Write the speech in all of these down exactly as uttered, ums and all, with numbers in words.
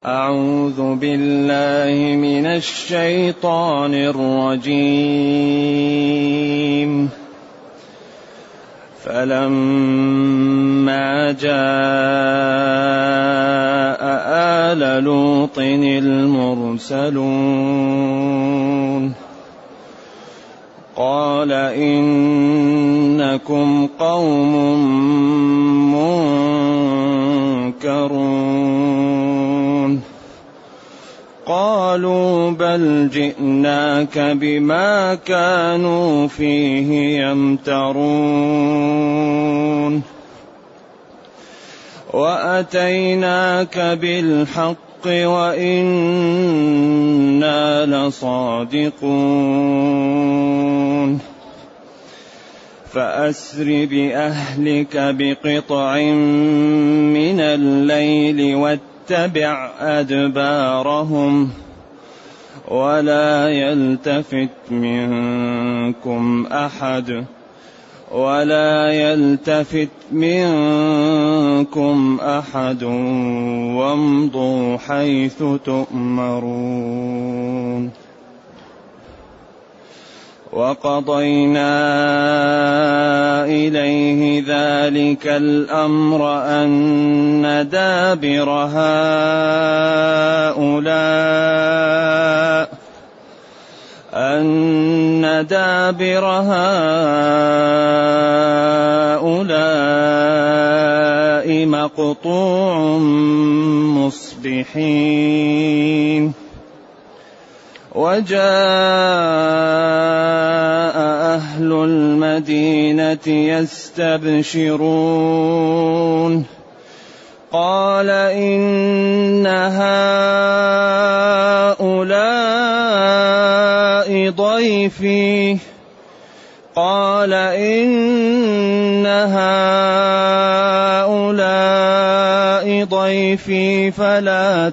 أعوذ بالله من الشيطان الرجيم. فلما جاء آل لوط المرسلون قال إنكم قوم منكرون. قالوا بل جئناك بما كانوا فيه يمترون وأتيناك بالحق وإنا لصادقون. فأسر بأهلك بقطع من الليل واتبع أدبارهم ولا يلتفت منكم أحد ولا يلتفت منكم أحد وامضوا حيث تؤمرون. وقضينا إليه ذلك الأمر أن دابر هؤلاء أن دابر هؤلاء مقطوع مصبحين. وجاء أهل المدينة يستبشرون قال إن هؤلاء ضيفي قال إن هؤلاء ضيفي فلا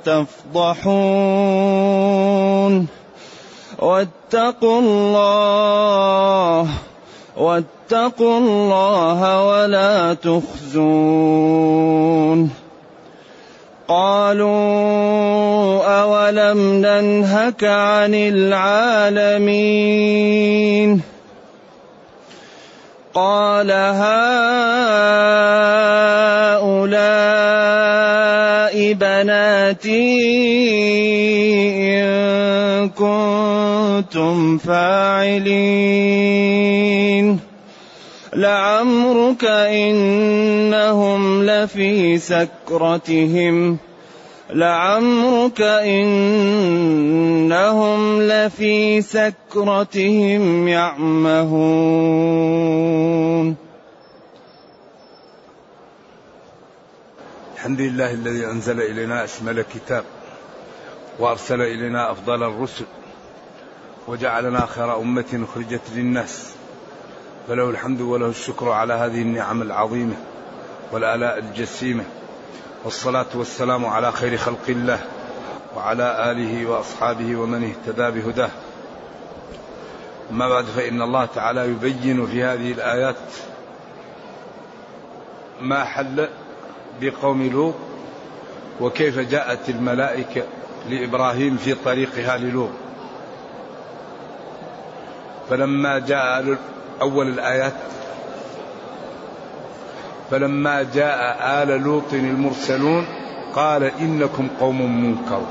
تفضحون واتقوا الله واتقوا الله ولا تخزون. قالوا أولم ننهك عن العالمين قال هؤلاء بناتي إن كنتم فاعلين لعمرك إنهم لفي سكرتهم لعمرك إنهم لفي سكرتهم يعمهون. الحمد لله الذي أنزل إلينا أشمل كتاب وأرسل إلينا أفضل الرسل وجعلنا خير أمة أخرجت للناس، فله الحمد وله الشكر على هذه النعم العظيمة والآلاء الجسيمة، والصلاة والسلام على خير خلق الله وعلى آله وأصحابه ومن اهتدى بهداه. أما بعد، فإن الله تعالى يبين في هذه الآيات ما حل بقوم لوط وكيف جاءت الملائكة لإبراهيم في طريقها للوط. فلما جاء أول الآيات فلما جاء آل لوط المرسلون قال إنكم قوم منكرون.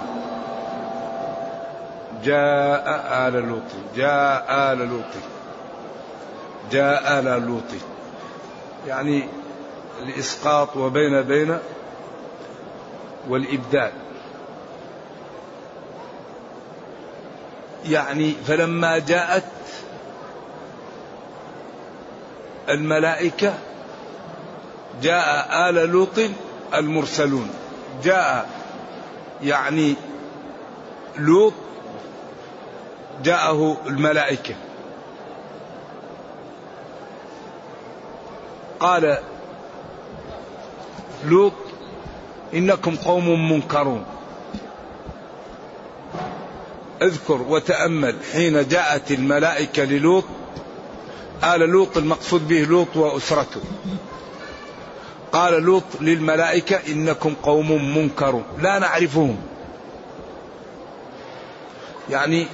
جاء آل لوط جاء آل لوط جاء آل لوط يعني الإسقاط وبين بين والإبدال. يعني فلما جاءت الملائكة جاء آل لوط المرسلون. جاء يعني لوط جاءه الملائكة. قال لوط إنكم قوم منكرون. اذكر وتأمل حين جاءت الملائكة للوط، آل لوط المقصود به لوط وأسرته. قال لوط للملائكة إنكم قوم منكرون لا نعرفهم يعني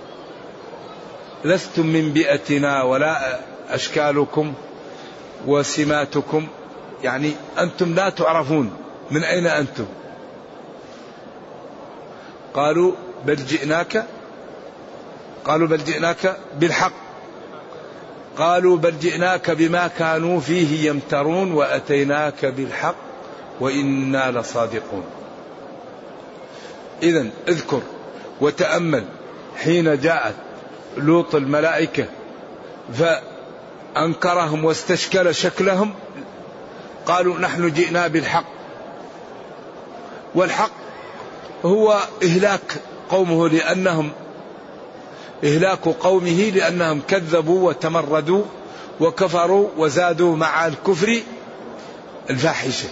لستم من بيئتنا ولا أشكالكم وسماتكم، يعني أنتم لا تعرفون من أين أنتم. قالوا بل جئناك قالوا بل جئناك بالحق قالوا بل جئناك بما كانوا فيه يمترون وأتيناك بالحق وإنا لصادقون. إذن اذكر وتأمل حين جاءت لوط الملائكة فأنكرهم واستشكل شكلهم، قالوا نحن جئنا بالحق، والحق هو إهلاك قومه لأنهم إهلاك قومه لأنهم كذبوا وتمردوا وكفروا وزادوا مع الكفر الفاحشة.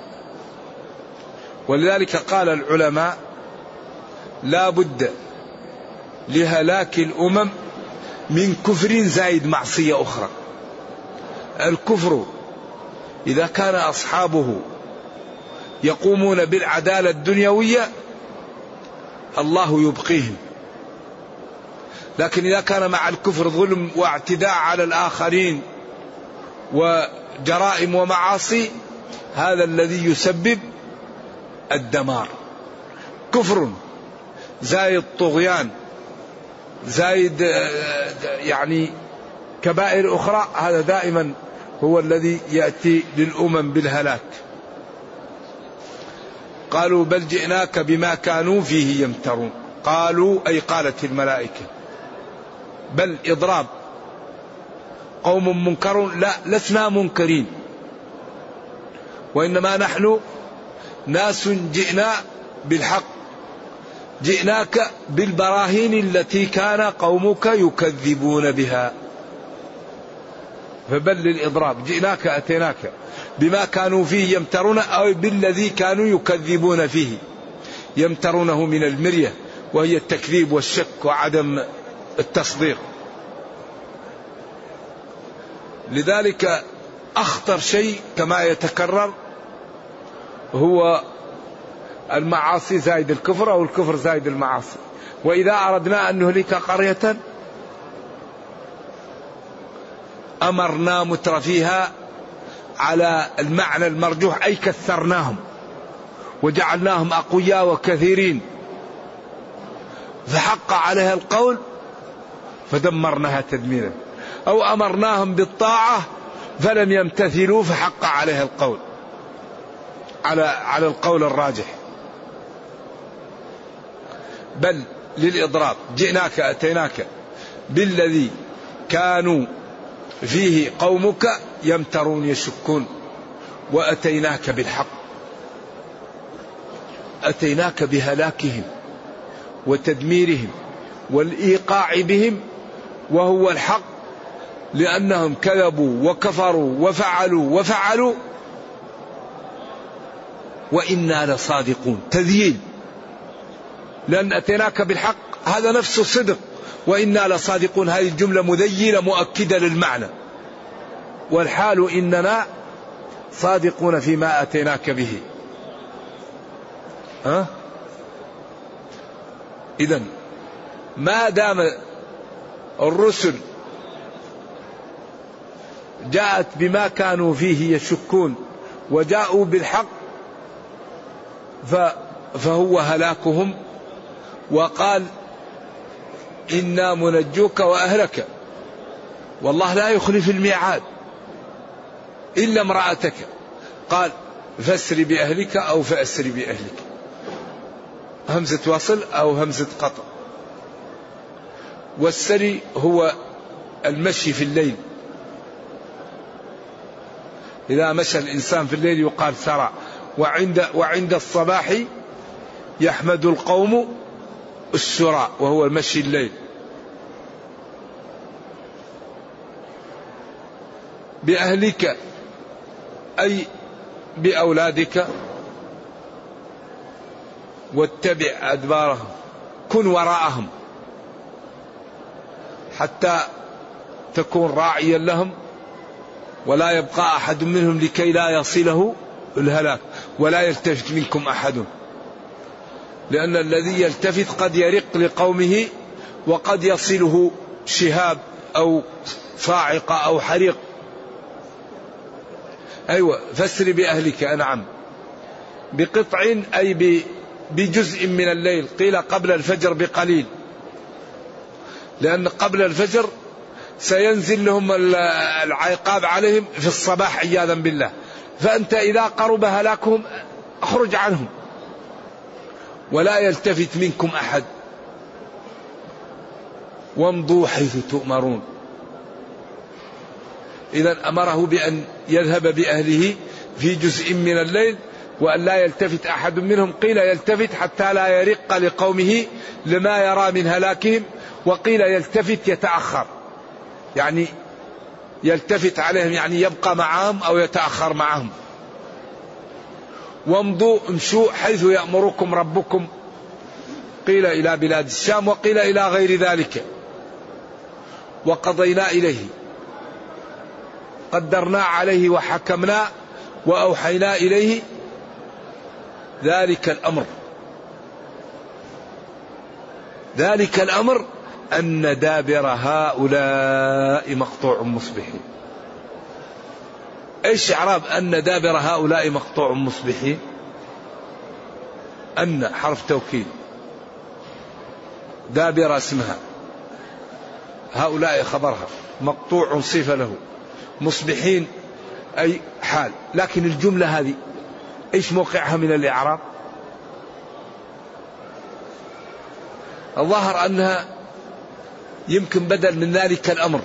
ولذلك قال العلماء لا بد لهلاك الأمم من كفر زايد معصية أخرى. الكفر إذا كان أصحابه يقومون بالعدالة الدنيوية الله يبقيهم، لكن إذا كان مع الكفر ظلم واعتداء على الآخرين وجرائم ومعاصي هذا الذي يسبب الدمار. كفر زايد طغيان زايد يعني كبائر أخرى، هذا دائما هو الذي يأتي للأمم بالهلاك. قالوا بل جئناك بما كانوا فيه يمترون. قالوا أي قالت الملائكة، بل إضراب قوم منكرون، لا لسنا منكرين، وإنما نحن ناس جئنا بالحق، جئناك بالبراهين التي كان قومك يكذبون بها. فبل للإضراب، جئناك أتيناك بما كانوا فيه يمترون، أو بالذي كانوا يكذبون فيه. يمترونه من المرية وهي التكذيب والشك وعدم التصديق. لذلك أخطر شيء كما يتكرر هو المعاصي زائد الكفر أو الكفر زائد المعاصي. وإذا أردنا أن نهلك قرية أمرنا مترفيها على المعنى المرجوح، أي كثرناهم وجعلناهم أقوياء وكثيرين، فحق عليها القول فدمرناها تدميرا، أو أمرناهم بالطاعة فلم يمتثلوا فحق عليها القول على على القول الراجح. بل للإضراب، جئناك أتيناك بالذي كانوا فيه قومك يمترون يشكون، وأتيناك بالحق، أتيناك بهلاكهم وتدميرهم والإيقاع بهم، وهو الحق لأنهم كذبوا وكفروا وفعلوا وفعلوا وإنا لصادقون. تذييل، لأن أتيناك بالحق هذا نفسه صدق، وإنا لصادقون هذه الجملة مذيلة مؤكدة للمعنى، والحال إننا صادقون فيما أتيناك به. ها؟ إذن ما دام الرسل جاءت بما كانوا فيه يشكون وجاءوا بالحق فهو هلاكهم. وقال إنا منجوك وأهلك، والله لا يخلف الميعاد إلا امرأتك، قال فاسر بأهلك أو فأسر بأهلك، همزة وصل أو همزة قطع. والسري هو المشي في الليل، إذا مشى الإنسان في الليل يقال سرى. وعند, وعند الصباح يحمد القوم السرى وهو المشي الليل. بأهلك أي بأولادك، واتبع أدبارهم، كن وراءهم حتى تكون راعيا لهم، ولا يبقى أحد منهم لكي لا يصله الهلاك، ولا يلتفت منكم أحد. لأن الذي يلتفت قد يرق لقومه وقد يصله شهاب أو صاعقة أو حريق. أيوة فسر بأهلك. أنعم بقطع أي بجزء من الليل، قيل قبل الفجر بقليل، لأن قبل الفجر سينزل لهم العقاب عليهم في الصباح عياذا بالله، فأنت إذا قرب هلاكهم اخرج عنهم ولا يلتفت منكم أحد وامضوا حيث تؤمرون. إذا أمره بأن يذهب بأهله في جزء من الليل وأن لا يلتفت أحد منهم، قيل يلتفت حتى لا يرق لقومه لما يرى من هلاكهم، وقيل يلتفت يتأخر، يعني يلتفت عليهم يعني يبقى معهم أو يتأخر معهم. وامضوا امشوا حيث يأمركم ربكم، قيل إلى بلاد الشام وقيل إلى غير ذلك. وقضينا إليه قدرنا عليه وحكمنا وأوحينا إليه ذلك الأمر. ذلك الأمر أن دابر هؤلاء مقطوع مصبحين. إيش إعراب أن دابر هؤلاء مقطوع مصبحين؟ أن حرف توكيد، دابر اسمها، هؤلاء خبرها، مقطوع صفة له، مصبحين أي حال. لكن الجملة هذه إيش موقعها من الإعراب؟ الظاهر أنها يمكن بدل من ذلك الأمر.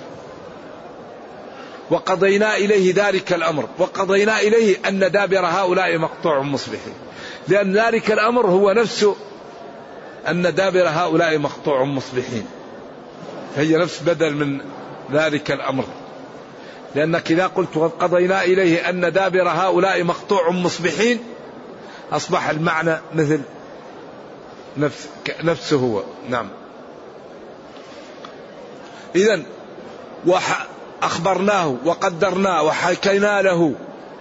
وقضينا إليه ذلك الأمر، وقضينا إليه أن دابر هؤلاء مقطوع مصبحين، لأن ذلك الأمر هو نفسه أن دابر هؤلاء مقطوع مصبحين، هي نفس بدل من ذلك الأمر. لأنك إذا قلت وقضينا إليه أن دابر هؤلاء مقطوع مصبحين أصبح المعنى مثل نفس نفسه هو. نعم. إذن وأخبرناه وقدرناه وحكينا له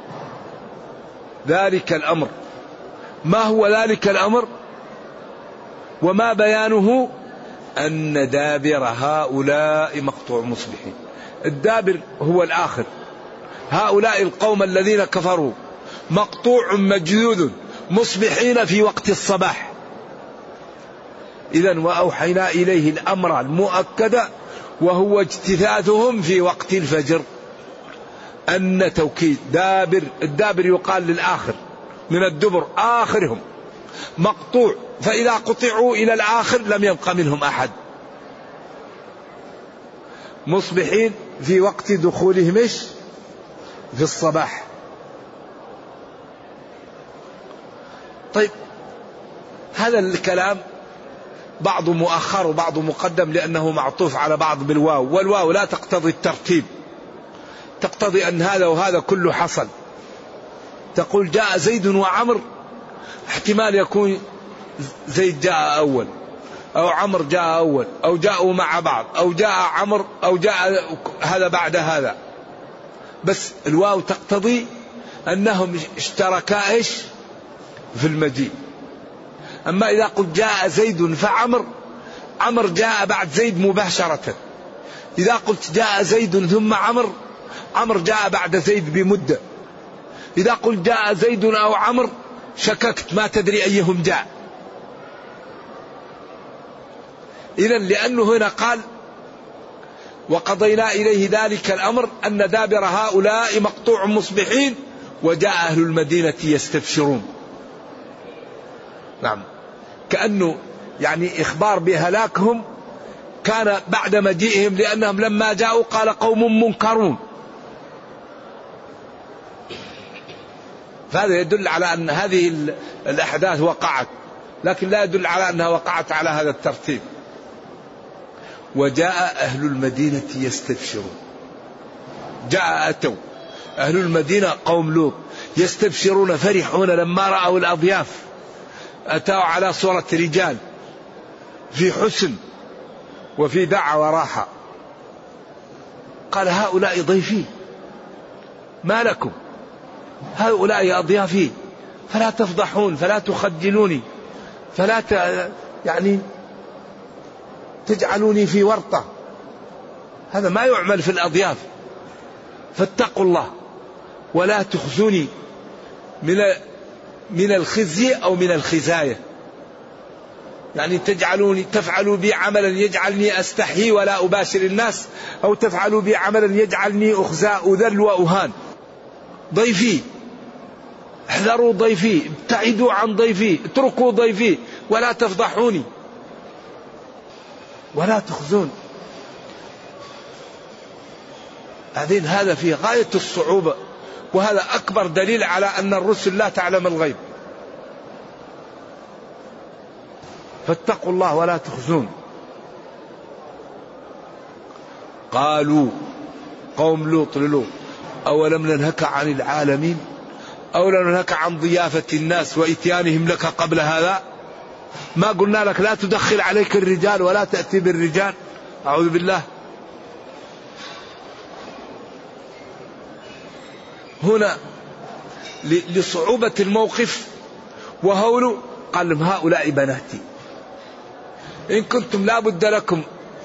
ذلك الأمر. ما هو ذلك الأمر وما بيانه؟ أن دابر هؤلاء مقطوع مصبحين. الدابر هو الآخر، هؤلاء القوم الذين كفروا مقطوع مجذوذ مصبحين في وقت الصباح. إذن وأوحينا إليه الأمر المؤكد وهو اجتثاثهم في وقت الفجر. أن توكيد دابر، الدابر يقال للآخر من الدبر، آخرهم مقطوع، فإذا قطعوا إلى الآخر لم يبق منهم أحد. مصبحين في وقت دخولهم إيش؟ في الصباح. طيب هذا الكلام بعضه مؤخر وبعضه مقدم لأنه معطوف على بعض بالواو، والواو لا تقتضي الترتيب، تقتضي أن هذا وهذا كله حصل. تقول جاء زيد وعمر، احتمال يكون زيد جاء أول أو عمر جاء أول أو جاءوا مع بعض أو جاء عمر أو جاء هذا بعد هذا، بس الواو تقتضي أنهم اشتركا إيش في المجيء. أما إذا قلت جاء زيد فعمر، عمر جاء بعد زيد مباشرة. إذا قلت جاء زيد ثم عمر، عمر جاء بعد زيد بمدة. إذا قلت جاء زيد أو عمر شككت ما تدري أيهم جاء. إذن لأنه هنا قال وقضينا إليه ذلك الأمر أن دابر هؤلاء مقطوع مصبحين وجاء أهل المدينة يستبشرون. نعم، كأنه يعني إخبار بهلاكهم كان بعد مجيئهم، لأنهم لما جاءوا قال قوم منكرون. فهذا يدل على أن هذه الأحداث وقعت، لكن لا يدل على أنها وقعت على هذا الترتيب. وجاء أهل المدينة يستبشرون، جاء أتوا أهل المدينة قوم لوط يستبشرون فرحون لما رأوا الأضياف، أتوا على صورة رجال في حسن وفي دعوة وراحة. قال هؤلاء ضيفي ما لكم، هؤلاء أضيافي فلا تفضحون فلا تخجلوني. فلا ت... يعني تجعلوني في ورطة، هذا ما يعمل في الأضياف. فاتقوا الله ولا تخزوني من من الخزي أو من الخزاية، يعني تجعلوني تفعلوا بي عملا يجعلني أستحيي ولا أباشر الناس، أو تفعلوا بي عملا يجعلني أخزى أذل وأهان. ضيفي، احذروا ضيفي، ابتعدوا عن ضيفي، اتركوا ضيفي ولا تفضحوني ولا تخزون. هذين هذا في غاية الصعوبة، وهذا أكبر دليل على أن الرسل لا تعلم الغيب. فاتقوا الله ولا تخزون. قالوا قوم لوط للوط أولم ننهك عن العالمين، أولم ننهك عن ضيافة الناس وإتيانهم لك قبل هذا، ما قلنا لك لا تدخل عليك الرجال ولا تأتي بالرجال؟ أعوذ بالله. هنا لصعوبة الموقف وهول قال لهم هؤلاء بناتي، إن كنتم لا بد لكم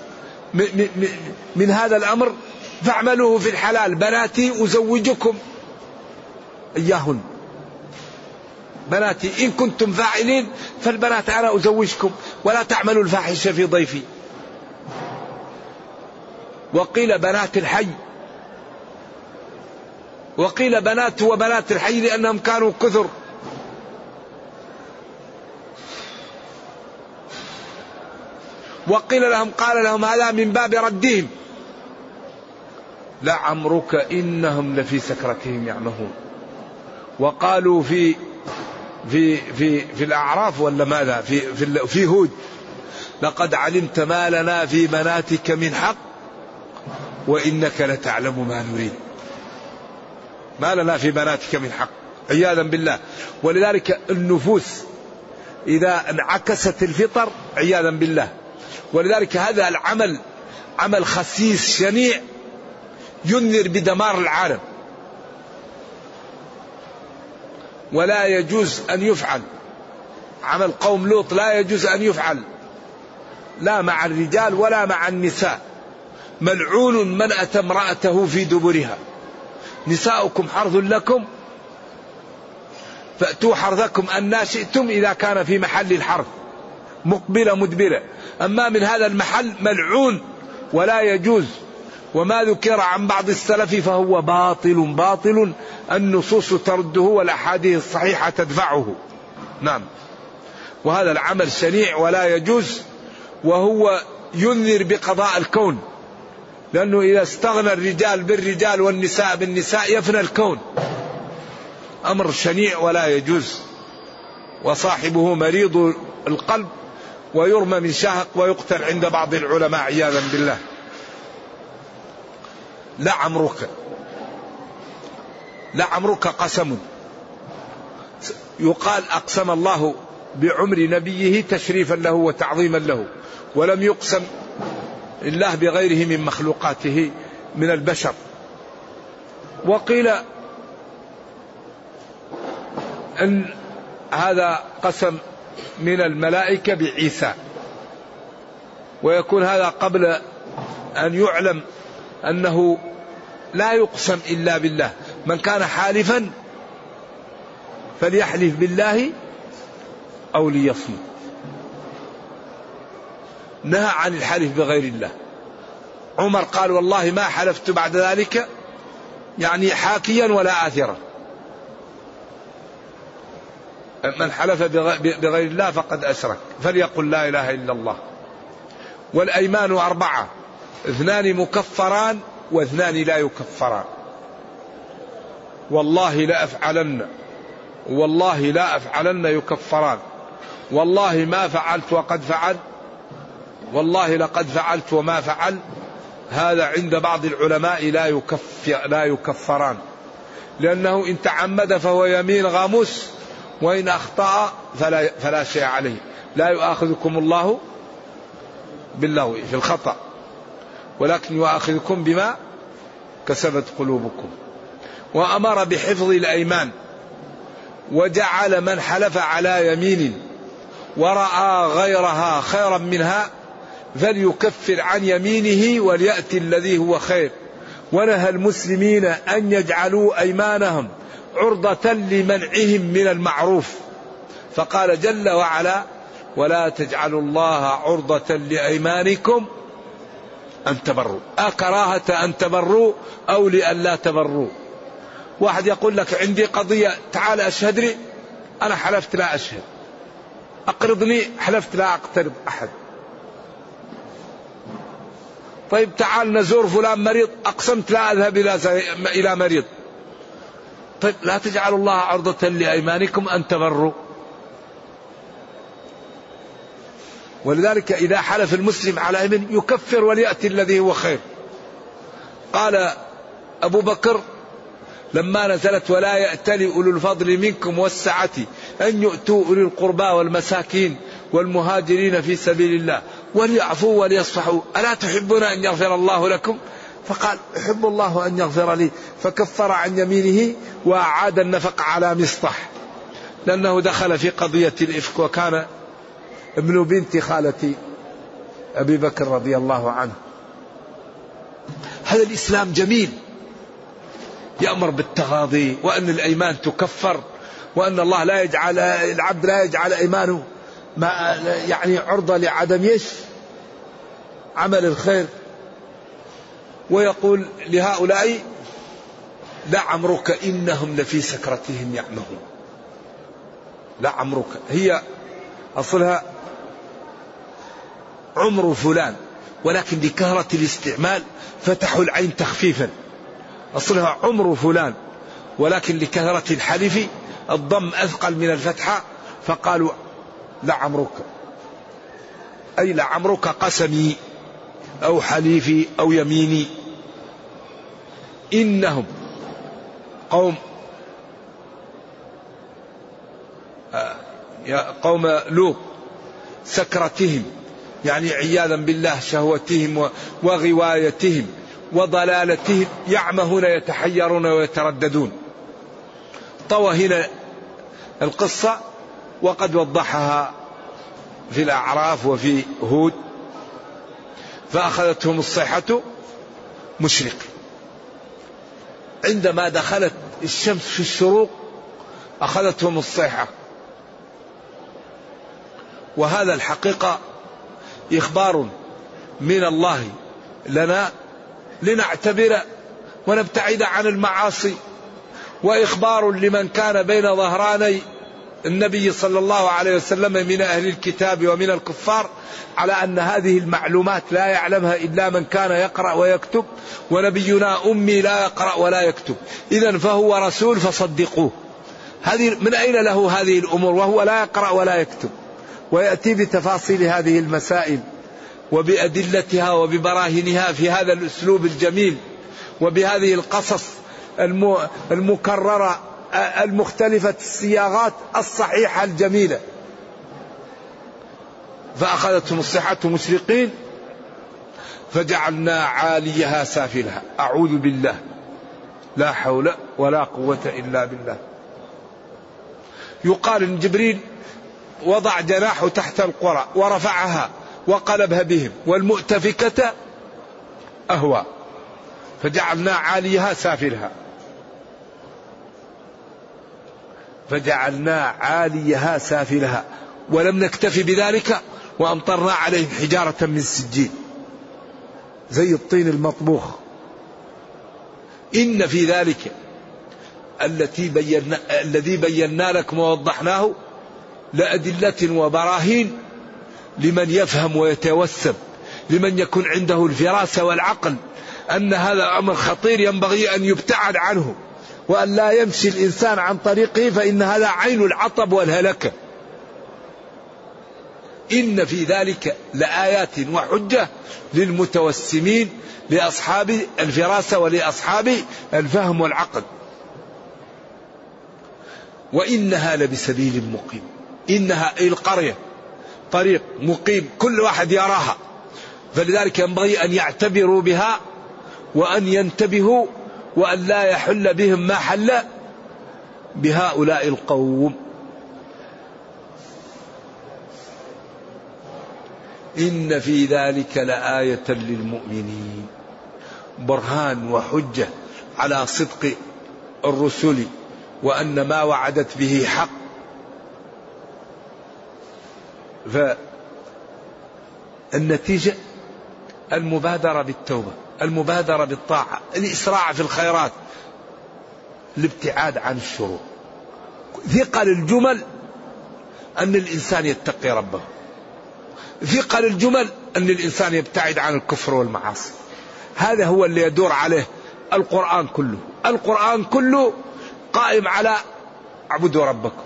من هذا الأمر فاعملوه في الحلال، بناتي أزوجكم إياهن، بناتي إن كنتم فاعلين فالبنات أنا أزوجكم، ولا تعملوا الفاحشة في ضيفي. وقيل بنات الحي، وقيل بنات وبنات الحي لأنهم كانوا كثر. وقيل لهم قال لهم هذا من باب ردهم، لعمرك إنهم لفي سكرتهم يعمهون. وقالوا في في في في الأعراف ولا ماذا في في في هود لقد علمت ما لنا في بناتك من حق وإنك لتعلم ما نريد. ما لنا في بناتك من حق عياذا بالله. ولذلك النفوس إذا انعكست الفطر عياذا بالله، ولذلك هذا العمل عمل خسيس شنيع ينذر بدمار العالم، ولا يجوز أن يفعل. عمل قوم لوط لا يجوز أن يفعل لا مع الرجال ولا مع النساء. ملعون من أتى امرأته في دبرها. نساؤكم حرث لكم فأتوا حرثكم أن شئتم إذا كان في محل الحرث مقبلة مدبرة، أما من هذا المحل ملعون ولا يجوز. وما ذكر عن بعض السلف فهو باطل باطل، النصوص ترده والأحاديث الصحيحة تدفعه. نعم، وهذا العمل شنيع ولا يجوز، وهو ينذر بقضاء الكون، لأنه إذا استغنى الرجال بالرجال والنساء بالنساء يفنى الكون. أمر شنيع ولا يجوز، وصاحبه مريض القلب ويرمى من شهق ويقتل عند بعض العلماء عياذا بالله. لعمرك، لعمرك قسم، يقال أقسم الله بعمر نبيه تشريفا له وتعظيما له، ولم يقسم الله بغيره من مخلوقاته من البشر. وقيل أن هذا قسم من الملائكة بعيسى، ويكون هذا قبل أن يعلم أنه لا يقسم إلا بالله. من كان حالفا فليحلف بالله أو ليصمت. نهى عن الحلف بغير الله. عمر قال والله ما حلفت بعد ذلك، يعني حاكيا ولا آثرا. من حلف بغير الله فقد أشرك، فليقل لا إله إلا الله. والأيمان أربعة، اثنان مكفران واثنان لا يكفران. والله لا أفعلن، والله لا أفعلن يكفران. والله ما فعلت وقد فعل، والله لقد فعلت وما فعل. هذا عند بعض العلماء لا يكفر لا يكفران، لأنه إن تعمد فهو يمين غاموس، وإن أخطأ فلا, فلا شيء عليه. لا يؤاخذكم الله باللغو في الخطأ، ولكن يؤاخذكم بما كسبت قلوبكم. وأمر بحفظ الأيمان، وجعل من حلف على يمين ورأى غيرها خيرا منها فليكفر عن يمينه وليأتي الذي هو خير. ونهى المسلمين أن يجعلوا أيمانهم عرضة لمنعهم من المعروف، فقال جل وعلا: ولا تجعلوا الله عرضة لأيمانكم أن تبروا، أكراهة أن تبروا أو لألا تبروا. واحد يقول لك عندي قضية، تعال أشهد لي، أنا حلفت لا أشهد. أقرضني، حلفت لا أقترض أحد. طيب تعال نزور فلان مريض، أقسمت لا أذهب إلى مريض. طيب لا تجعلوا الله عرضة لأيمانكم أن تبروا. ولذلك إذا حلف المسلم على يمين يكفر وليأتي الذي هو خير. قال أبو بكر لما نزلت: ولا يأتل أولو الفضل منكم والسعة أن يؤتوا أولي القربى والمساكين والمهاجرين في سبيل الله وليعفوا وليصفحوا ألا تحبون أن يغفر الله لكم؟ فقال: أحب الله أن يغفر لي، فكفر عن يمينه وأعاد النفق على مصطح، لأنه دخل في قضية الإفك، وكان ابن بنت خالة أبي بكر رضي الله عنه. هذا الإسلام جميل، يأمر بالتغاضي، وأن الأيمان تكفر، وأن الله لا يجعل العبد لا يجعل أيمانه ما يعني عرضة لعدم يش عمل الخير. ويقول لهؤلاء: لعمرك إنهم لفي سكرتهم يعمهون. لعمرك هي أصلها عمر فلان، ولكن لكثرة الاستعمال فتحوا العين تخفيفا. أصلها عمر فلان، ولكن لكثرة الحلف الضم أثقل من الفتحة فقالوا لعمرك، أي لعمرك قسمي أو حليفي أو يميني. إنهم قوم يا قوم لوط سكرتهم، يعني عياذا بالله شهوتهم وغوايتهم وضلالتهم، يعمهون يتحيرون ويترددون. طوى هنا القصة وقد وضحها في الأعراف وفي هود. فأخذتهم الصيحة مشرق، عندما دخلت الشمس في الشروق أخذتهم الصيحة. وهذا الحقيقة إخبار من الله لنا لنعتبر ونبتعد عن المعاصي، وإخبار لمن كان بين ظهراني النبي صلى الله عليه وسلم من أهل الكتاب ومن الكفار، على أن هذه المعلومات لا يعلمها إلا من كان يقرأ ويكتب، ونبينا أمي لا يقرأ ولا يكتب، إذن فهو رسول فصدقوه. هذه من أين له هذه الأمور وهو لا يقرأ ولا يكتب؟ ويأتي بتفاصيل هذه المسائل وبأدلتها وببراهينها في هذا الأسلوب الجميل، وبهذه القصص المكررة المختلفة الصياغات الصحيحة الجميلة. فأخذتهم الصيحة مشرقين فجعلنا عاليها سافلها. أعوذ بالله، لا حول ولا قوة إلا بالله. يقال إن جبريل وضع جناحه تحت القرى ورفعها وقلبها بهم، والمؤتفكة أهوى، فجعلنا عاليها سافلها. فجعلنا عاليها سافلها. ولم نكتفي بذلك وأمطرنا عليهم حجارة من سجيل زي الطين المطبوخ. إن في ذلك التي بينا الذي بينا لكم ووضحناه لأدلة وبراهين لمن يفهم ويتوسم، لمن يكون عنده الفراسة والعقل أن هذا أمر خطير ينبغي أن يبتعد عنه، وأن لا يمشي الإنسان عن طريقه، فإن هذا عين العطب والهلكة. إن في ذلك لآيات وحجة للمتوسمين، لأصحاب الفراسة ولأصحاب الفهم والعقل. وإنها لبسبيل مقيم. إنها أي القرية طريق مقيم كل واحد يراها، فلذلك ينبغي أن يعتبروا بها وأن ينتبهوا، وأن لا يحل بهم ما حل بهؤلاء القوم. إن في ذلك لآية للمؤمنين، برهان وحجة على صدق الرسل وأن ما وعدت به حق. فالنتيجة المبادرة بالتوبة، المبادرة بالطاعة، الإسراع في الخيرات، الابتعاد عن الشرور. ثقل الجمل أن الإنسان يتقي ربه، ثقل الجمل أن الإنسان يبتعد عن الكفر والمعاصي. هذا هو اللي يدور عليه القرآن كله. القرآن كله قائم على اعبدوا ربكم،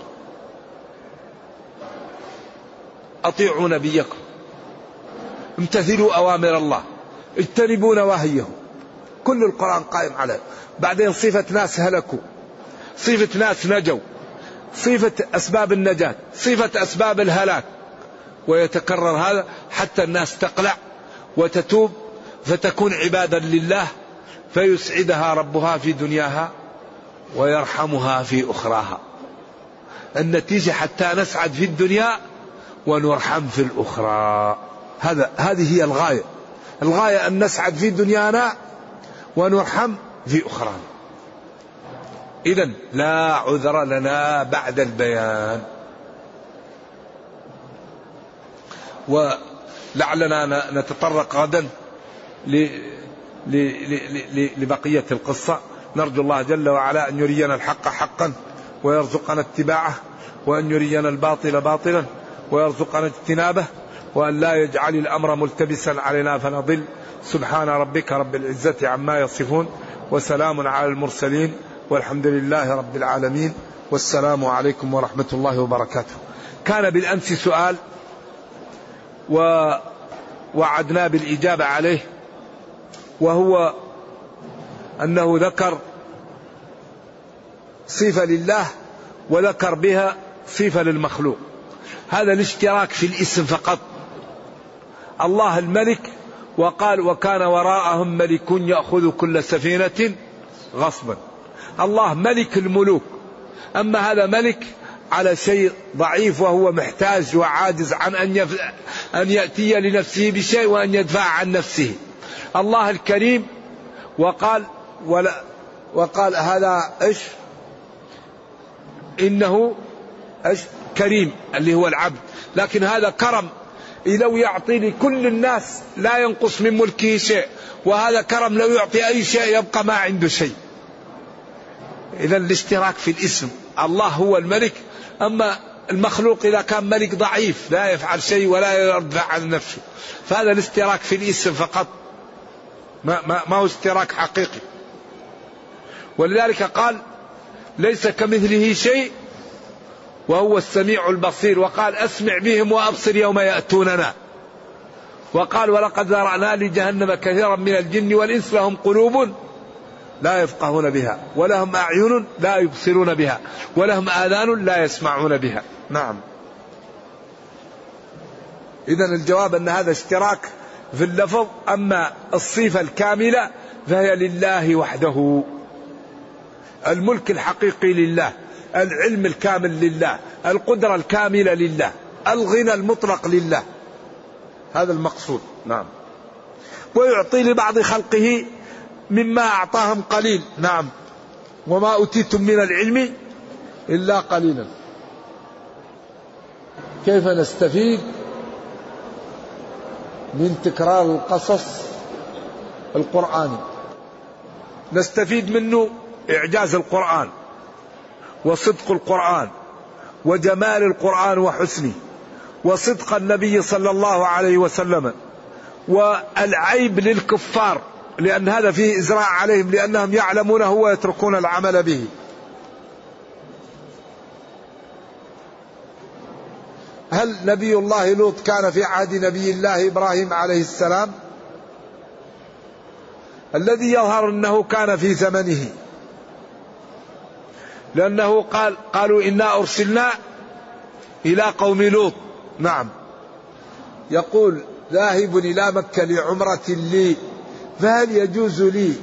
أطيعوا نبيكم، امتثلوا أوامر الله، اجتنبوا نواهيه. كل القرآن قائم عليه. بعدين صفة ناس هلكوا، صفة ناس نجوا، صفة أسباب النجاة، صفة أسباب الهلاك، ويتكرر هذا حتى الناس تقلع وتتوب فتكون عبادا لله، فيسعدها ربها في دنياها ويرحمها في أخراها. النتيجة حتى نسعد في الدنيا ونرحم في الأخرى. هذا هذه هي الغاية. الغاية أن نسعد في دنيانا ونرحم في أخرانا. إذن لا عذر لنا بعد البيان. ولعلنا نتطرق غدا لبقية القصة. نرجو الله جل وعلا أن يرينا الحق حقا ويرزقنا اتباعه، وأن يرينا الباطل باطلا ويرزقنا اجتنابه، وأن لا يجعل الأمر ملتبسا علينا فنضل. سبحان ربك رب العزة عما يصفون، وسلام على المرسلين، والحمد لله رب العالمين، والسلام عليكم ورحمة الله وبركاته. كان بالأمس سؤال ووعدنا بالإجابة عليه، وهو أنه ذكر صفة لله وذكر بها صفة للمخلوق. هذا الاشتراك في الاسم فقط. الله الملك، وقال وكان وراءهم ملك يأخذ كل سفينة غصبا. الله ملك الملوك، أما هذا ملك على شيء ضعيف وهو محتاج وعاجز عن أن, يف... أن يأتي لنفسه بشيء وأن يدفع عن نفسه. الله الكريم، وقال ولا وقال هذا إيش إنه إيش كريم اللي هو العبد، لكن هذا كرم لو يعطي لكل الناس لا ينقص من ملكه شيء، وهذا كرم لو يعطي أي شيء يبقى ما عنده شيء. إذا الاشتراك في الاسم. الله هو الملك، أما المخلوق إذا كان ملك ضعيف لا يفعل شيء ولا يرفع عن نفسه، فهذا الاشتراك في الاسم فقط، ما, ما, ما هو اشتراك حقيقي. ولذلك قال ليس كمثله شيء وهو السميع البصير، وقال أسمع بهم وأبصر يوم يأتوننا. وقال ولقد ذرأنا لجهنم كثيرا من الجن والإنس لهم قلوب لا يفقهون بها، ولهم أعين لا يبصرون بها، ولهم آذان لا يسمعون بها. نعم. إذن الجواب أن هذا اشتراك في اللفظ، أما الصفة الكاملة فهي لله وحده. الملك الحقيقي لله، العلم الكامل لله، القدرة الكاملة لله، الغنى المطلق لله. هذا المقصود. نعم. ويعطي لبعض خلقه مما أعطاهم قليل. نعم. وما أوتيتم من العلم إلا قليلا. كيف نستفيد من تكرار القصص القرآني؟ نستفيد منه إعجاز القرآن وصدق القرآن وجمال القرآن وحسنه، وصدق النبي صلى الله عليه وسلم، والعيب للكفار لأن هذا فيه إزراء عليهم لأنهم يعلمونه ويتركون العمل به. هل نبي الله لوط كان في عهد نبي الله إبراهيم عليه السلام؟ الذي يظهر أنه كان في زمنه، لأنه قال قالوا إنا أرسلنا إلى قوم لوط. نعم. يقول ذاهب إلى مكة لعمرة لي، فهل يجوز لي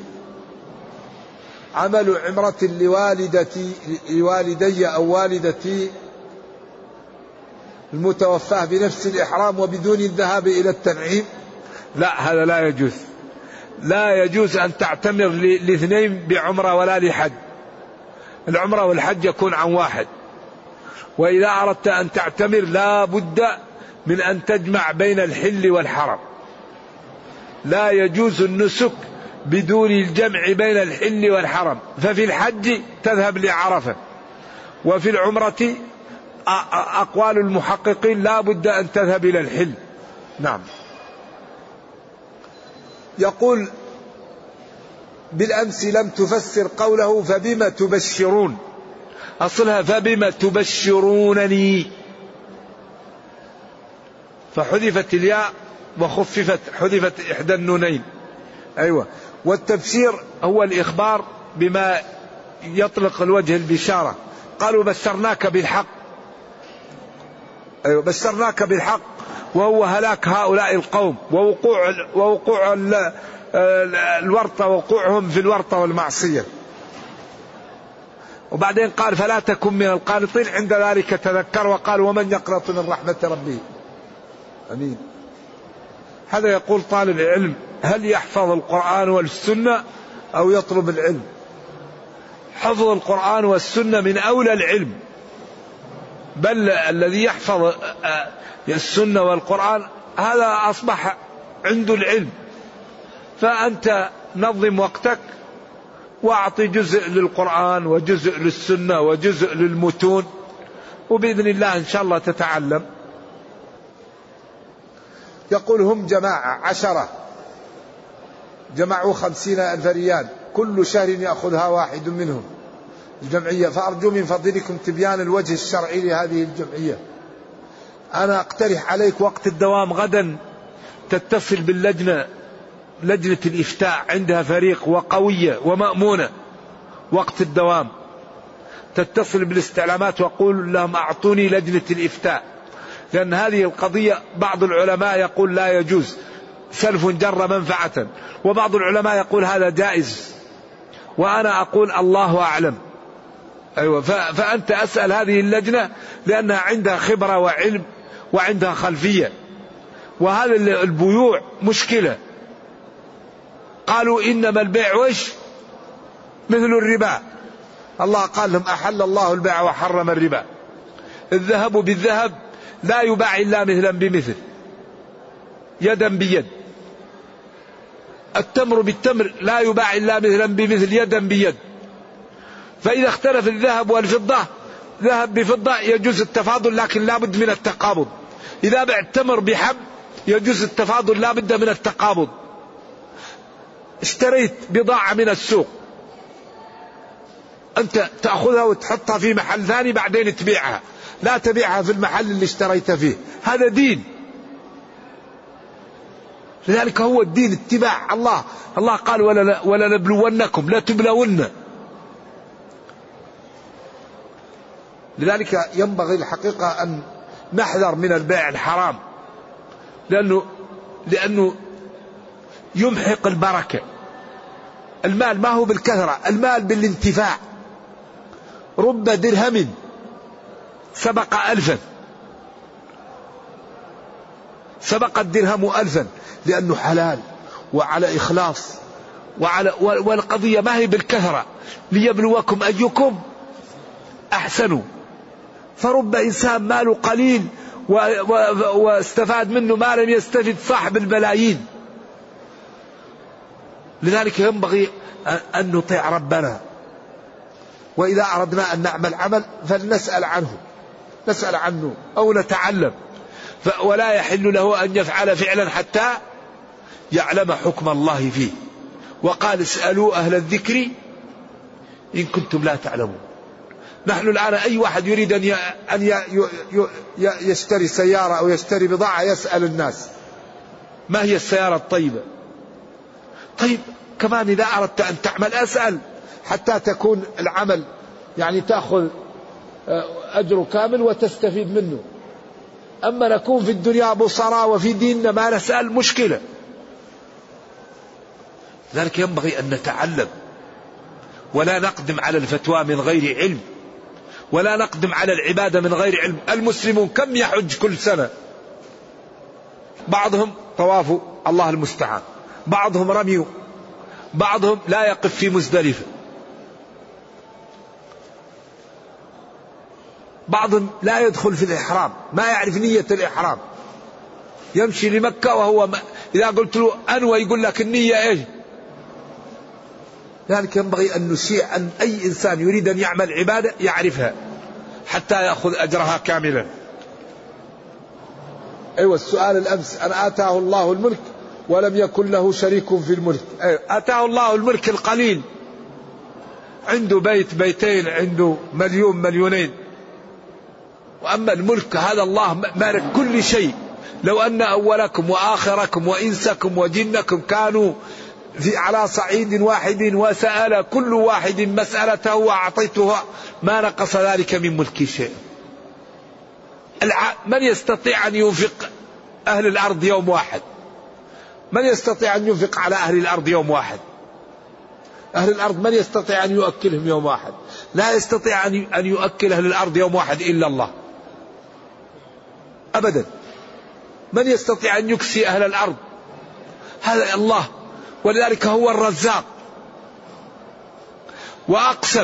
عمل عمرة لوالدتي لوالدي أو والدتي المتوفاة بنفس الإحرام وبدون الذهاب إلى التنعيم؟ لا، هذا لا يجوز. لا يجوز أن تعتمر لاثنين بعمرة ولا لحج. العمرة والحج يكون عن واحد. وإذا أردت أن تعتمر لا بد من أن تجمع بين الحل والحرم. لا يجوز النسك بدون الجمع بين الحل والحرم. ففي الحج تذهب لعرفة، وفي العمرة أقوال المحققين لا بد أن تذهب إلى الحل. نعم. يقول بالأمس لم تفسر قوله فبما تبشرون. أصلها فبما تبشرونني، فحذفت الياء وخففت، حذفت إحدى النونين. أيوة. والتبشير هو الإخبار بما يطلق الوجه البشارة. قالوا بشرناك بالحق. أيوة، بشرناك بالحق، وهو هلاك هؤلاء القوم ووقوع ووقوع الورطة، ووقوعهم في الورطة والمعصية. وبعدين قال فلا تكن من القانطين، عند ذلك تذكر وقال ومن يقنط من رحمة ربه. أمين. هذا يقول طالب العلم هل يحفظ القرآن والسنة أو يطلب العلم؟ حفظ القرآن والسنة من أولى العلم، بل الذي يحفظ السنة والقرآن هذا أصبح عنده العلم. فأنت نظم وقتك وأعطي جزء للقرآن وجزء للسنة وجزء للمتون، وبإذن الله إن شاء الله تتعلم. يقول هم جماعة عشرة جمعوا خمسين ألف ريال، كل شهر يأخذها واحد منهم الجمعية، فأرجو من فضلكم تبيان الوجه الشرعي لهذه الجمعية. أنا أقترح عليك وقت الدوام غدا تتصل باللجنة، لجنة الإفتاء عندها فريق وقوية ومأمونة. وقت الدوام تتصل بالاستعلامات وقول لهم أعطوني لجنة الإفتاء، لأن هذه القضية بعض العلماء يقول لا يجوز، سلف جر منفعة، وبعض العلماء يقول هذا جائز، وأنا أقول الله أعلم. أيوة. فأنت أسأل هذه اللجنة لأنها عندها خبرة وعلم وعندها خلفية. وهذا البيوع مشكلة. قالوا إنما البيع وش مثل الربا. الله قال لهم أحل الله البيع وحرم الربا. الذهب بالذهب لا يباع إلا مثلا بمثل، يدا بيد. التمر بالتمر لا يباع إلا مثلا بمثل، يدا بيد. فإذا اختلف الذهب والفضة، ذهب بفضة يجوز التفاضل لكن لا بد من التقابض. إذا بعت تمر بحب يجوز التفاضل لا بد من التقابض. اشتريت بضاعة من السوق، أنت تأخذها وتحطها في محل ثاني بعدين تبيعها، لا تبيعها في المحل اللي اشتريت فيه. هذا دين. لذلك هو الدين اتباع الله. الله قال ولا, ولا نبلونكم لا تبلون. لذلك ينبغي الحقيقة أن نحذر من البيع الحرام، لأنه, لأنه يمحق البركة. المال ما هو بالكثرة، المال بالانتفاع. رب درهم سبق ألفا، سبق الدرهم ألفا، لأنه حلال وعلى إخلاص وعلى، والقضية ما هي بالكثرة، ليبلوكم أيكم أحسن. فرب إنسان ماله قليل واستفاد منه ما لم يستفد صاحب الملايين. لذلك ينبغي أن نطيع ربنا، وإذا أردنا أن نعمل عمل فلنسأل عنه، نسأل عنه أو نتعلم. ولا يحل له أن يفعل فعلا حتى يعلم حكم الله فيه. وقال اسألوا أهل الذكر إن كنتم لا تعلمون. نحن الآن أي واحد يريد أن يشتري سيارة أو يشتري بضاعة يسأل الناس ما هي السيارة الطيبة. طيب كمان إذا أردت أن تعمل أسأل حتى تكون العمل يعني تأخذ أجر كامل وتستفيد منه. أما نكون في الدنيا بصراء وفي ديننا ما نسأل مشكلة. ذلك ينبغي أن نتعلم ولا نقدم على الفتوى من غير علم. ولا نقدم على العبادة من غير علم. المسلمون كم يحج كل سنة؟ بعضهم طوافوا الله المستعان، بعضهم رميوا، بعضهم لا يقف في مزدلفة، بعضهم لا يدخل في الإحرام، ما يعرف نية الإحرام، يمشي لمكة وهو ما إذا قلت له أنوى يقول لك النية إيش. لذلك ينبغي أن نشيع أن أي إنسان يريد أن يعمل عبادة يعرفها حتى يأخذ أجرها كاملا. أيوة السؤال الأمس، أن آتاه الله الملك ولم يكن له شريك في الملك. أيوة آتاه الله الملك القليل، عنده بيت بيتين، عنده مليون مليونين، وأما الملك هذا الله مالك كل شيء. لو أن أولكم وآخركم وإنسكم وجنكم كانوا في على صعيد واحد وسأل كل واحد مسألته وأعطيتها ما نقص ذلك من ملكي شيء. من يستطيع أن ينفق أهل الأرض يوم واحد؟ من يستطيع أن ينفق على أهل الأرض يوم واحد؟ أهل الأرض من يستطيع أن يؤكلهم يوم واحد؟ لا يستطيع أن يؤكل أهل الأرض يوم واحد إلا الله أبدا. من يستطيع أن يكسي أهل الأرض؟ هذا الله، ولذلك هو الرزاق. وأقسم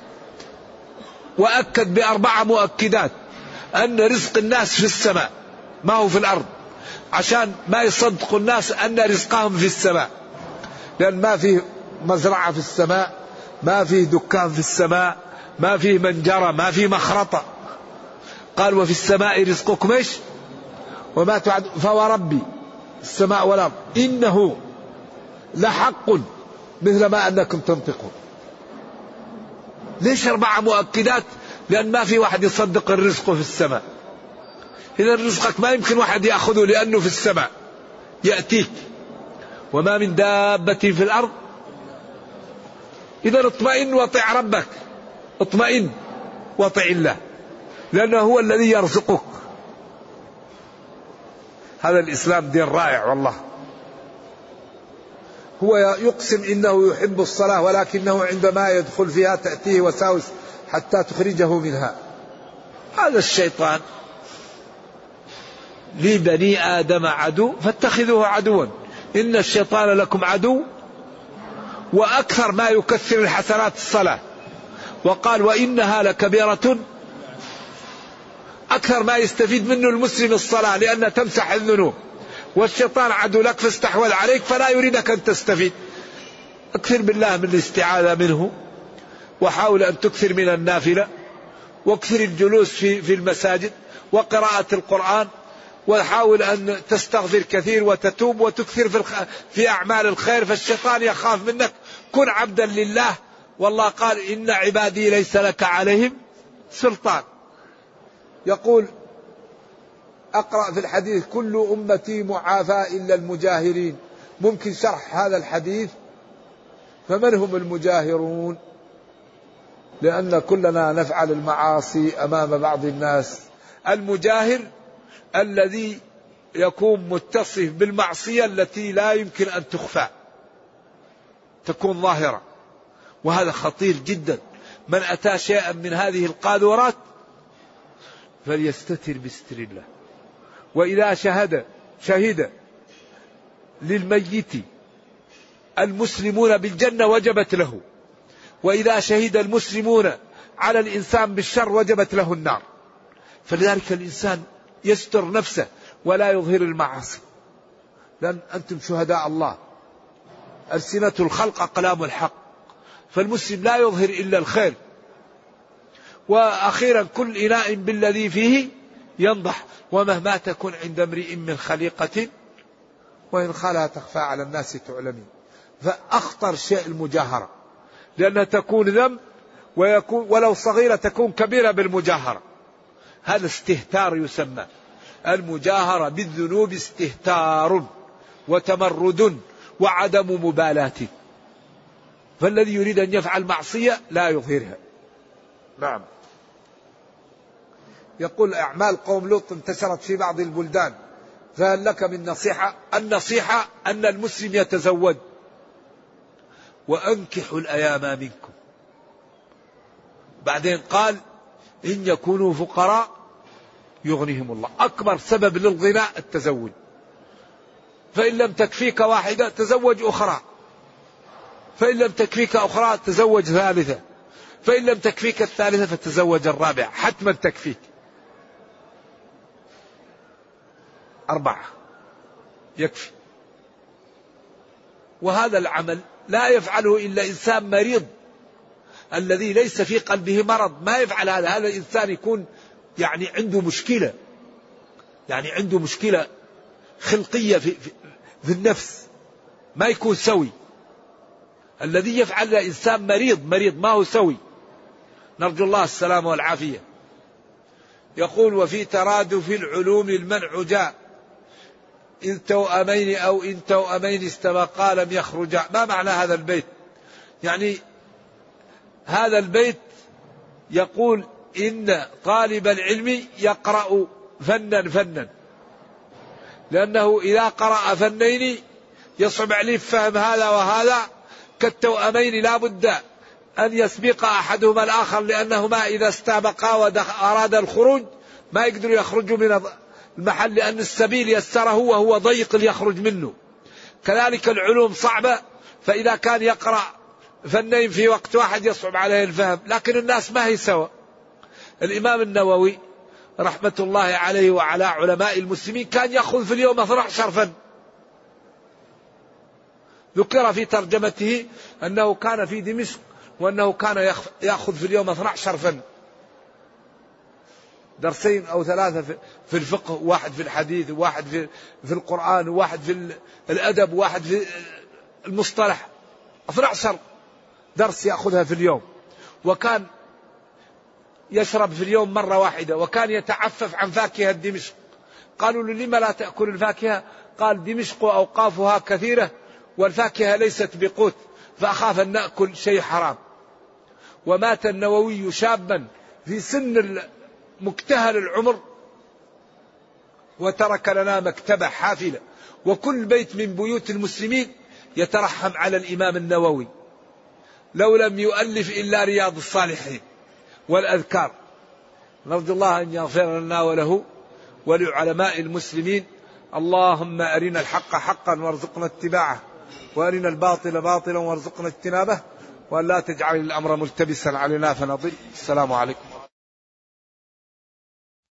وأكد بأربع مؤكدات أن رزق الناس في السماء ما هو في الأرض، عشان ما يصدق الناس أن رزقهم في السماء، لأن ما فيه مزرعة في السماء، ما فيه دكان في السماء، ما فيه منجرة، ما فيه مخرطة. قال وفي السماء رزقكم ايش وما تعد فوربي السماء والأرض إنه لحق مثل ما أنكم تنطقون. ليش أربع مؤكدات؟ لأن ما في واحد يصدق الرزق في السماء. إذا رزقك ما يمكن واحد يأخذه لأنه في السماء يأتيك. وما من دابة في الأرض. إذا اطمئن وطع ربك، اطمئن وطع الله، لأنه هو الذي يرزقك. هذا الإسلام دين رائع والله. هو يقسم إنه يحب الصلاة ولكنه عندما يدخل فيها تأتيه وساوس حتى تخرجه منها. هذا الشيطان لبني آدم عدو فاتخذوه عدوا إن الشيطان لكم عدو. وأكثر ما يكثر الحسنات الصلاة، وقال وإنها لكبيرة. أكثر ما يستفيد منه المسلم الصلاة لأنها تمسح الذنوب، والشيطان عدو لك فاستحوذ عليك فلا يريدك أن تستفيد. أكثر بالله من الاستعاذة منه، وحاول أن تكثر من النافلة، واكثر الجلوس في في المساجد وقراءة القرآن، وحاول أن تستغفر كثير وتتوب وتكثر في في أعمال الخير، فالشيطان يخاف منك. كن عبدا لله، والله قال إن عبادي ليس لك عليهم سلطان. يقول أقرأ في الحديث كل أمتي معافى إلا المجاهرين. ممكن شرح هذا الحديث؟ فمن هم المجاهرون؟ لأن كلنا نفعل المعاصي أمام بعض الناس. المجاهر الذي يكون متصف بالمعصية التي لا يمكن أن تخفى، تكون ظاهرة، وهذا خطير جدا. من أتى شيئا من هذه القاذورات فليستتر بستر الله. وإذا شهد شهد للميت المسلمون بالجنة وجبت له، وإذا شهد المسلمون على الإنسان بالشر وجبت له النار. فلذلك الإنسان يستر نفسه ولا يظهر المعاصي، لأن أنتم شهداء الله. ألسنة الخلق أقلام الحق، فالمسلم لا يظهر إلا الخير. وأخيرا كل إناء بالذي فيه ينضح، ومهما تكن عند امرئ من خليقة وإن خلا تخفى على الناس تعلمين. فأخطر شيء المجاهرة، لأنها تكون ذنب ويكون ولو صغيرة تكون كبيرة بالمجاهرة. هذا استهتار يسمى. المجاهرة بالذنوب استهتار وتمرد وعدم مبالاة. فالذي يريد أن يفعل معصية لا يظهرها. نعم. يقول أعمال قوم لوط انتشرت في بعض البلدان، فهل لك من نصيحة؟ النصيحة أن المسلم يتزوج وأنكحوا الأيام منكم. بعدين قال إن يكونوا فقراء يغنيهم الله. أكبر سبب للغناء التزوج، فإن لم تكفيك واحدة تزوج أخرى، فإن لم تكفيك أخرى تزوج ثالثة، فإن لم تكفيك الثالثة فتزوج الرابعة، حتما تكفيك. أربعة يكفي. وهذا العمل لا يفعله إلا إنسان مريض الذي ليس في قلبه مرض، ما يفعل هذا. هذا الإنسان يكون يعني عنده مشكلة، يعني عنده مشكلة خلقية في, في, في النفس، ما يكون سوي. الذي يفعل إنسان مريض مريض ما هو سوي. نرجو الله السلامة والعافية. يقول: وفي ترادف العلوم المنع جاء، إذ توأمين أو إن توأمين استبقا لم يخرجا. ما معنى هذا البيت؟ يعني هذا البيت يقول إن طالب العلم يقرأ فنا فنا، لأنه إذا قرأ فنين يصعب عليه فهم هذا وهذا. كالتوأمين لا بد أن يسبق أحدهما الآخر، لأنهما إذا استبقا وأراد الخروج ما يقدروا يخرجوا من المحل، لأن السبيل يسره وهو ضيق ليخرج منه. كذلك العلوم صعبة، فإذا كان يقرأ فنين في وقت واحد يصعب عليه الفهم. لكن الناس ما هي سوا. الإمام النووي رحمة الله عليه وعلى علماء المسلمين كان يأخذ في اليوم اثنا عشر فن. ذكر في ترجمته أنه كان في دمشق وأنه كان يأخذ في اليوم اثنا عشر فن، درسين أو ثلاثة في الفقه، واحد في الحديث، واحد في في القرآن، واحد في الأدب، واحد في المصطلح. اثنا عشر درس يأخذها في اليوم. وكان يشرب في اليوم مرة واحدة، وكان يتعفف عن فاكهة دمشق. قالوا له: لما لا تأكل الفاكهة؟ قال: دمشق أوقافها كثيرة والفاكهة ليست بقوت، فأخاف أن نأكل شيء حرام. ومات النووي شابا في سن مكتهل العمر، وترك لنا مكتبة حافلة، وكل بيت من بيوت المسلمين يترحم على الإمام النووي، لو لم يؤلف إلا رياض الصالحين والأذكار. نرجو الله أن يغفر لنا وله ولعلماء المسلمين. اللهم أرنا الحق حقا وارزقنا اتباعه، وأرنا الباطل باطلا وارزقنا اجتنابه، وأن لا تجعل الأمر ملتبسا علينا فنضل. السلام عليكم.